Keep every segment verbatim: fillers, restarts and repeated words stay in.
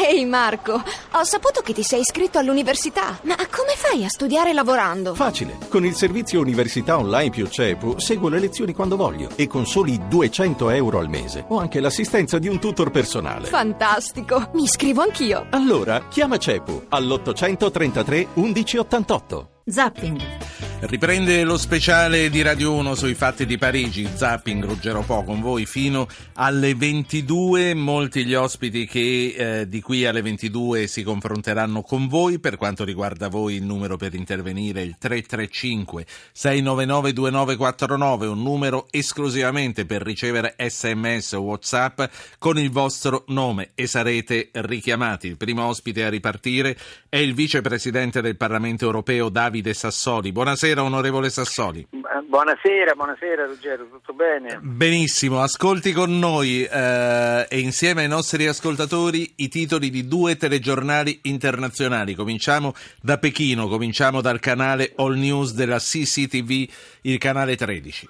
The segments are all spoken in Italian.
Ehi Marco, ho saputo che ti sei iscritto all'università. Ma come fai a studiare lavorando? Facile, con il servizio Università Online più CEPU seguo le lezioni quando voglio e con soli duecento euro al mese ho anche l'assistenza di un tutor personale. Fantastico, mi iscrivo anch'io. Allora chiama CEPU all'ottocentotrentatré undici ottantotto. Zapping. Riprende lo speciale di Radio uno sui fatti di Parigi. Zapping, Ruggero Po con voi fino alle ventidue. Molti gli ospiti che eh, di qui alle ventidue si confronteranno con voi. Per quanto riguarda voi, il numero per intervenire è il tre tre cinque sei nove nove due nove quattro nove, un numero esclusivamente per ricevere sms o WhatsApp con il vostro nome e sarete richiamati. Il primo ospite a ripartire è il vicepresidente del Parlamento europeo Davide Sassoli. Buonasera. Buonasera onorevole Sassoli. Buonasera, buonasera Ruggero, tutto bene? Benissimo, ascolti con noi eh, e insieme ai nostri ascoltatori i titoli di due telegiornali internazionali. Cominciamo da Pechino, cominciamo dal canale All News della C C T V, il canale tredici.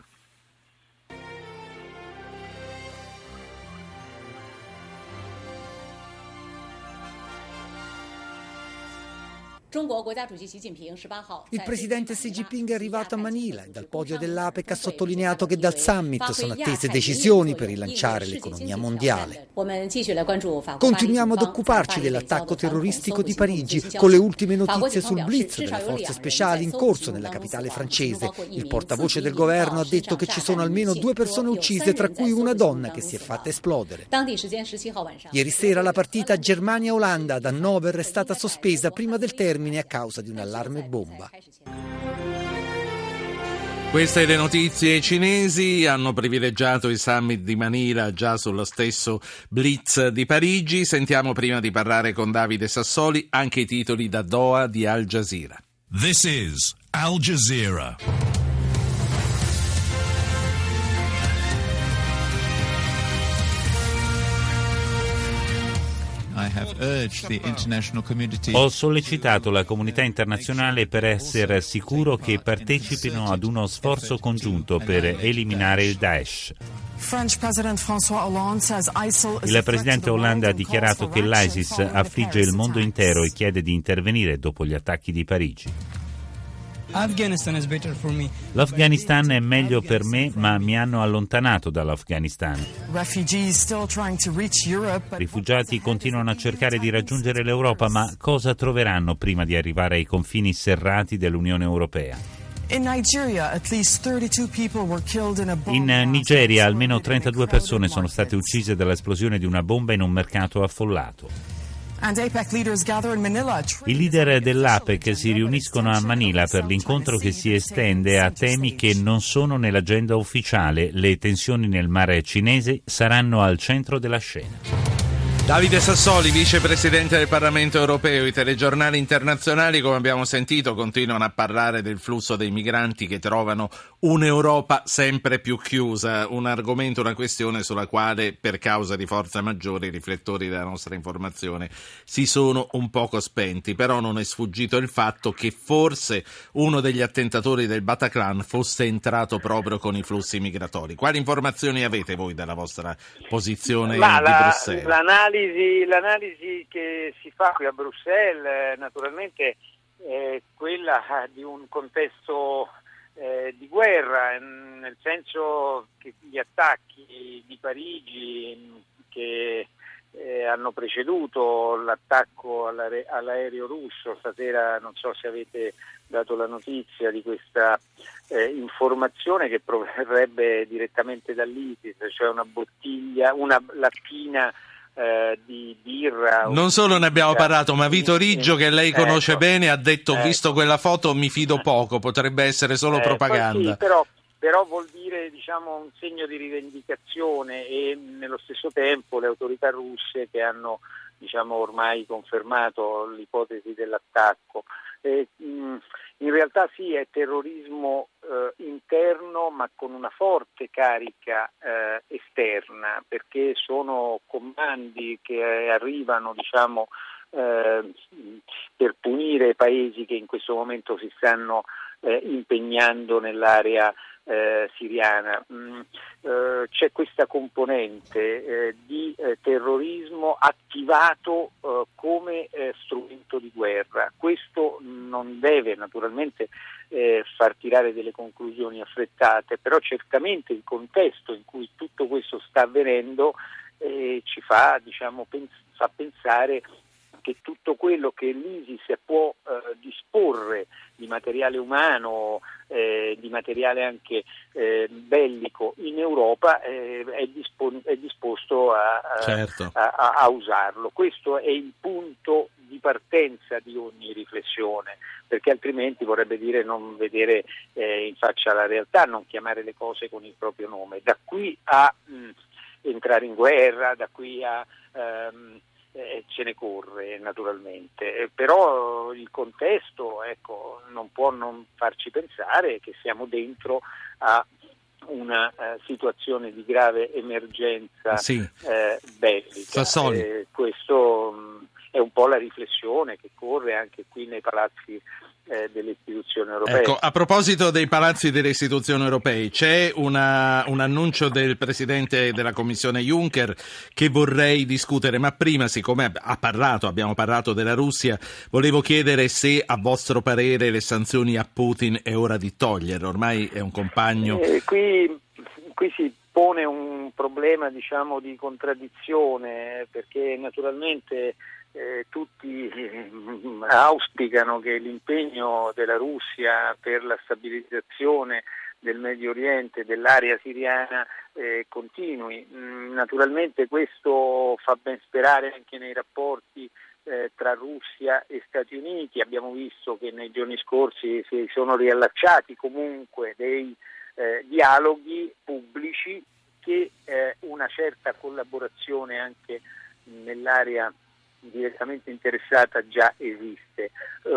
Il presidente Xi Jinping è arrivato a Manila e dal podio dell'APEC ha sottolineato che dal summit sono attese decisioni per rilanciare l'economia mondiale. Continuiamo ad occuparci dell'attacco terroristico di Parigi con le ultime notizie sul blitz delle forze speciali in corso nella capitale francese. Il portavoce del governo ha detto che ci sono almeno due persone uccise, tra cui una donna che si è fatta esplodere. Ieri sera la partita Germania-Olanda ad Hannover è stata sospesa prima del termine a causa di un allarme bomba. Queste le notizie cinesi hanno privilegiato il summit di Manila già sullo stesso blitz di Parigi. Sentiamo prima di parlare con Davide Sassoli anche i titoli da Doha di Al Jazeera. This is Al Jazeera. Ho sollecitato la comunità internazionale per essere sicuro che partecipino ad uno sforzo congiunto per eliminare il Daesh. Il presidente Hollande ha dichiarato che l'ISIS affligge il mondo intero e chiede di intervenire dopo gli attacchi di Parigi. L'Afghanistan è meglio per me, ma mi hanno allontanato dall'Afghanistan. Rifugiati continuano a cercare di raggiungere l'Europa, ma cosa troveranno prima di arrivare ai confini serrati dell'Unione Europea? In Nigeria almeno trentadue persone sono state uccise dall'esplosione di una bomba in un mercato affollato. I leader dell'APEC si riuniscono a Manila per l'incontro che si estende a temi che non sono nell'agenda ufficiale. Le tensioni nel mare cinese saranno al centro della scena. Davide Sassoli, vicepresidente del Parlamento europeo. I telegiornali internazionali, come abbiamo sentito, continuano a parlare del flusso dei migranti che trovano un'Europa sempre più chiusa, un argomento, una questione sulla quale, per causa di forza maggiore, i riflettori della nostra informazione si sono un poco spenti. Però non è sfuggito il fatto che forse uno degli attentatori del Bataclan fosse entrato proprio con i flussi migratori. Quali informazioni avete voi dalla vostra posizione Ma di la, Bruxelles? L'analisi L'analisi che si fa qui a Bruxelles naturalmente è quella di un contesto eh, di guerra, nel senso che gli attacchi di Parigi che eh, hanno preceduto l'attacco all'are- all'aereo russo, stasera non so se avete dato la notizia di questa eh, informazione che proverrebbe direttamente dall'ISIS, cioè una bottiglia, una lattina Eh, di birra. Non solo ne abbiamo parlato, ma Vito Riggio, che lei conosce ecco, bene, ha detto ecco. visto quella foto mi fido poco, potrebbe essere solo eh, propaganda. Sì, però, però vuol dire diciamo un segno di rivendicazione e nello stesso tempo le autorità russe che hanno diciamo ormai confermato l'ipotesi dell'attacco. Eh, mh, in realtà sì, è terrorismo eh, interno, ma con una forte carica eh, esterna, perché sono comandi che arrivano diciamo eh, per punire paesi che in questo momento si stanno eh, impegnando nell'area eh, siriana. Mm, eh, c'è questa componente eh, di eh, terrorismo attivato eh, come eh, strumento di guerra. Questo non deve naturalmente eh, far tirare delle conclusioni affrettate, però certamente il contesto in cui tutto questo sta avvenendo eh, ci fa, diciamo, pens- fa pensare che tutto quello che l'ISIS può eh, disporre di materiale umano, eh, di materiale anche eh, bellico in Europa eh, è, dispon- è disposto a, certo. a, a, a usarlo. Questo è il punto di partenza di ogni riflessione, perché altrimenti vorrebbe dire non vedere eh, in faccia la realtà, non chiamare le cose con il proprio nome. Da qui a mh, entrare in guerra, da qui a... Um, Eh, ce ne corre naturalmente, eh, però il contesto ecco, non può non farci pensare che siamo dentro a una uh, situazione di grave emergenza sì. eh, bellica. Eh, questo mh, è un po' la riflessione che corre anche qui nei palazzi eh, delle istituzioni europee. Ecco, a proposito dei palazzi delle istituzioni europee, c'è una, un annuncio del Presidente della Commissione Juncker che vorrei discutere, ma prima, siccome ha parlato, abbiamo parlato della Russia, volevo chiedere se a vostro parere le sanzioni a Putin è ora di toglierle, ormai è un compagno. Eh, qui, qui si pone un problema, diciamo, di contraddizione, perché naturalmente Eh, tutti eh, auspicano che l'impegno della Russia per la stabilizzazione del Medio Oriente, dell'area siriana eh, continui. Mm, naturalmente questo fa ben sperare anche nei rapporti eh, tra Russia e Stati Uniti. Abbiamo visto che nei giorni scorsi si sono riallacciati comunque dei eh, dialoghi pubblici, che eh, una certa collaborazione anche nell'area direttamente interessata già esiste.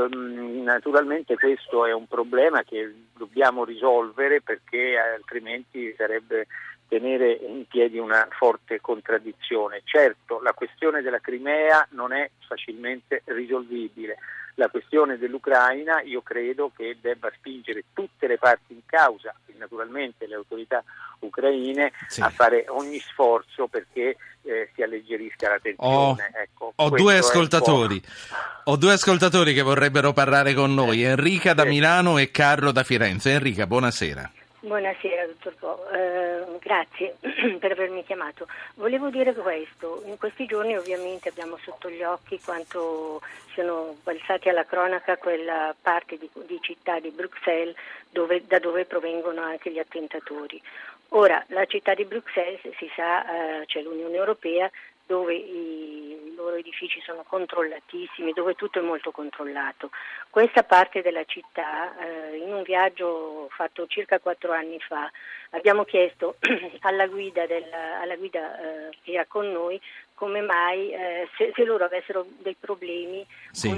Um, naturalmente questo è un problema che dobbiamo risolvere, perché altrimenti sarebbe tenere in piedi una forte contraddizione. Certo, la questione della Crimea non è facilmente risolvibile. La questione dell'Ucraina io credo che debba spingere tutte le parti in causa, e naturalmente le autorità ucraine, sì, a fare ogni sforzo perché eh, si alleggerisca la tensione. Ho, ecco, ho due ascoltatori, ho due ascoltatori che vorrebbero parlare con noi, Enrica da Milano e Carlo da Firenze. Enrica, buonasera. Buonasera dottor Po, eh, grazie per avermi chiamato. Volevo dire questo: in questi giorni ovviamente abbiamo sotto gli occhi quanto siano balzati alla cronaca quella parte di, di città di Bruxelles dove, da dove provengono anche gli attentatori. Ora, la città di Bruxelles, si sa, eh, c'è l'Unione Europea, dove i, i loro edifici sono controllatissimi, dove tutto è molto controllato. Questa parte della città, eh, in un viaggio fatto circa quattro anni fa, abbiamo chiesto alla guida, del, alla guida eh, che era con noi come mai eh, se, se loro avessero dei problemi sì. con,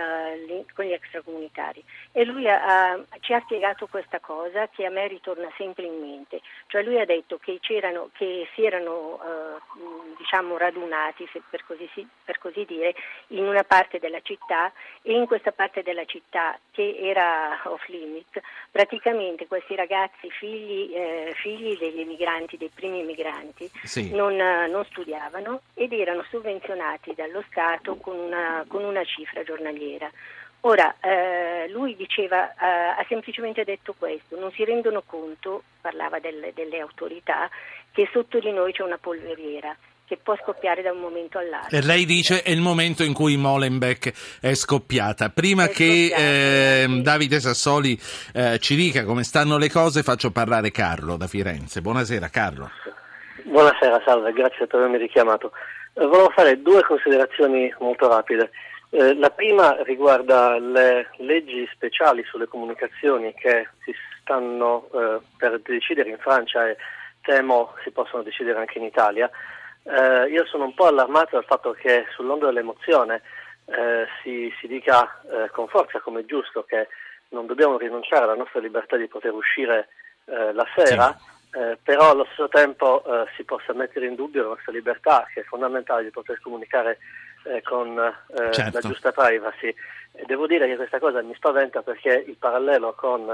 uh, con gli extracomunitari. E lui ha, ci ha spiegato questa cosa che a me ritorna sempre in mente. Cioè lui ha detto che c'erano, che si erano uh, diciamo radunati, se per così, per così dire, in una parte della città, e in questa parte della città che era off limits, praticamente questi ragazzi figli, eh, figli degli emigranti, dei primi emigranti, sì. non, non studiavano ed erano sovvenzionati dallo Stato con una, con una cifra giornaliera. Ora, eh, lui diceva, eh, ha semplicemente detto questo: non si rendono conto, parlava delle, delle autorità, che sotto di noi c'è una polveriera che può scoppiare da un momento all'altro. E lei dice è il momento in cui Molenbeek è scoppiata. Prima è che scoppiata, eh, sì. Davide Sassoli eh, ci dica come stanno le cose, faccio parlare Carlo da Firenze. Buonasera Carlo. Buonasera, salve, grazie per avermi richiamato. Eh, volevo fare due considerazioni molto rapide. Eh, la prima riguarda le leggi speciali sulle comunicazioni che si stanno eh, per decidere in Francia e temo si possono decidere anche in Italia. Eh, io sono un po' allarmato dal fatto che sull'onda dell'emozione eh, si, si dica eh, con forza, come è giusto, che non dobbiamo rinunciare alla nostra libertà di poter uscire eh, la sera, sì. Eh, però allo stesso tempo eh, si possa mettere in dubbio la nostra libertà, che è fondamentale, di poter comunicare eh, con eh, certo. la giusta privacy. E devo dire che questa cosa mi spaventa, perché il parallelo con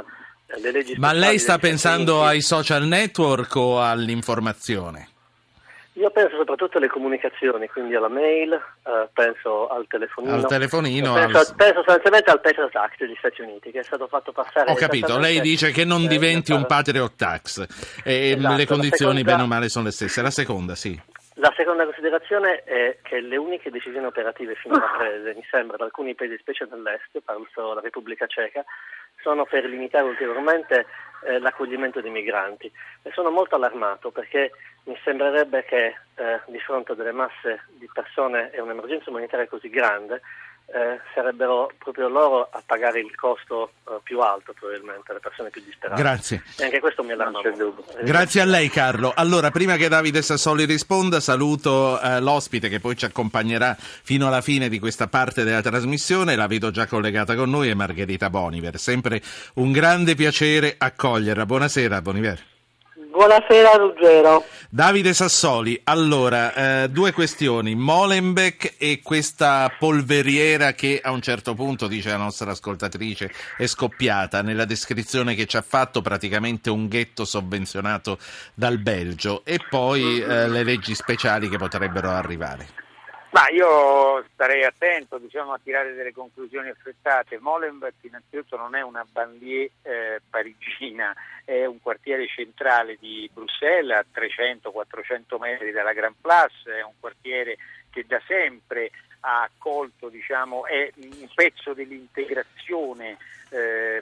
le leggi Ma lei sta speciali pensando ai social network o all'informazione? Io penso soprattutto alle comunicazioni, quindi alla mail, eh, penso al telefonino. Al telefonino? Penso, al... penso sostanzialmente al Patriot Act degli Stati Uniti, che è stato fatto passare... Ho capito, lei dice che non eh, diventi un Patriot Tax, e esatto, le condizioni seconda... bene o male sono le stesse. La seconda, sì. La seconda considerazione è che le uniche decisioni operative finora prese, mi sembra, da alcuni paesi, specie dell'est, parlo solo della Repubblica Ceca, sono per limitare ulteriormente eh, l'accoglimento di migranti. E sono molto allarmato perché mi sembrerebbe che eh, di fronte a delle masse di persone e un'emergenza umanitaria così grande eh, sarebbero proprio loro a pagare il costo eh, più alto, probabilmente, le persone più disperate. Grazie. E anche questo mi allarma molto. Grazie a lei, Carlo. Allora, prima che Davide Sassoli risponda, saluto eh, l'ospite che poi ci accompagnerà fino alla fine di questa parte della trasmissione. La vedo già collegata con noi, è Margherita Boniver. Sempre un grande piacere accoglierla. Buonasera, Boniver. Buonasera Ruggero. Davide Sassoli, allora, eh, due questioni, Molenbeek e questa polveriera che a un certo punto, dice la nostra ascoltatrice, è scoppiata nella descrizione che ci ha fatto, praticamente un ghetto sovvenzionato dal Belgio, e poi eh, le leggi speciali che potrebbero arrivare. Ma io starei attento, diciamo, a tirare delle conclusioni affrettate. Molenbeek innanzitutto non è una banlieue eh, parigina, è un quartiere centrale di Bruxelles a trecento quattrocento metri dalla Grand Place, è un quartiere che da sempre ha accolto, diciamo, è un pezzo dell'integrazione eh,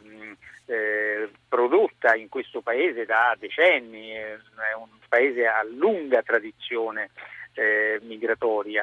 eh, prodotta in questo paese da decenni, è un paese a lunga tradizione Eh, migratoria.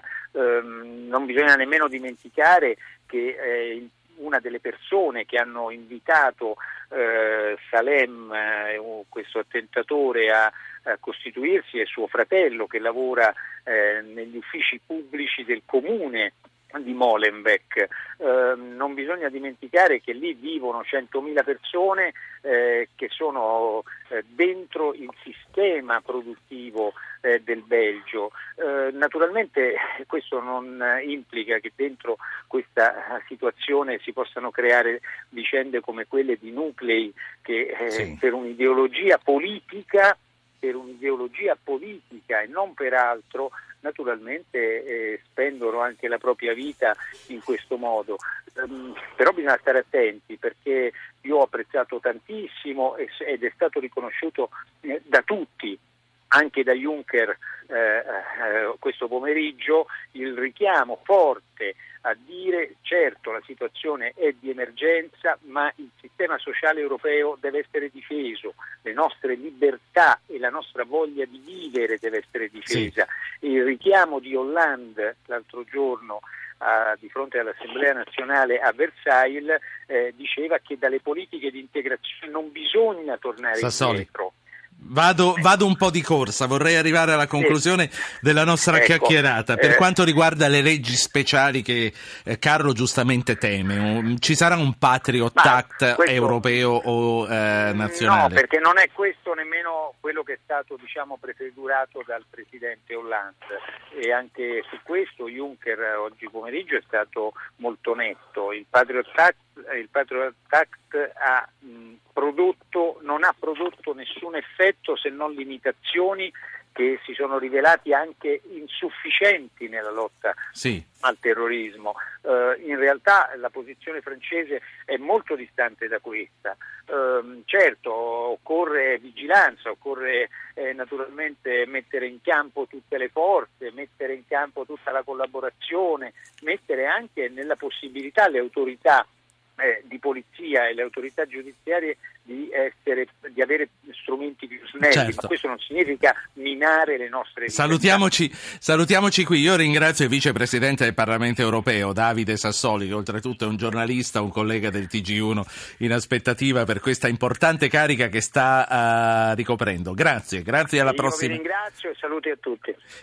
Um, non bisogna nemmeno dimenticare che eh, una delle persone che hanno invitato eh, Salem, eh, questo attentatore, a, a costituirsi è suo fratello, che lavora eh, negli uffici pubblici del comune di Molenbeek. Eh, non bisogna dimenticare che lì vivono centomila persone eh, che sono eh, dentro il sistema produttivo eh, del Belgio. Eh, naturalmente questo non eh, implica che dentro questa situazione si possano creare vicende come quelle di nuclei che eh, sì. per un'ideologia politica per un'ideologia politica e non per altro, naturalmente eh, spendono anche la propria vita in questo modo. Um, però bisogna stare attenti, perché io ho apprezzato tantissimo ed è stato riconosciuto eh, da tutti, anche da Juncker eh, eh, questo pomeriggio, il richiamo forte a dire certo la situazione è di emergenza, ma il sistema sociale europeo deve essere difeso, le nostre libertà e la nostra voglia di vivere deve essere difesa. Sì. Il richiamo di Hollande l'altro giorno a, di fronte all'Assemblea nazionale a Versailles eh, diceva che dalle politiche di integrazione non bisogna tornare Sassoli. indietro. Vado, vado un po' di corsa, vorrei arrivare alla conclusione sì. della nostra ecco, chiacchierata. Per eh, quanto riguarda le leggi speciali che eh, Carlo giustamente teme, um, ci sarà un Patriot Act questo, europeo o eh, nazionale? No, perché non è questo nemmeno quello che è stato, diciamo, prefigurato dal presidente Hollande, e anche su questo Juncker oggi pomeriggio è stato molto netto. Il Patriot Act, il Patriot Act ha mh, prodotto, non ha prodotto nessun effetto se non limitazioni che si sono rivelati anche insufficienti nella lotta sì. al terrorismo. Uh, in realtà la posizione francese è molto distante da questa. Uh, certo, occorre vigilanza, occorre eh, naturalmente mettere in campo tutte le forze, mettere in campo tutta la collaborazione, mettere anche nella possibilità le autorità Eh, di polizia e le autorità giudiziarie di essere, di avere strumenti più snelli, certo. ma questo non significa minare le nostre libertà. Salutiamoci, salutiamoci qui. Io ringrazio il vicepresidente del Parlamento europeo Davide Sassoli, che oltretutto è un giornalista, un collega del T G uno in aspettativa per questa importante carica che sta uh, ricoprendo. Grazie, grazie alla Io prossima. vi ringrazio e saluti a tutti.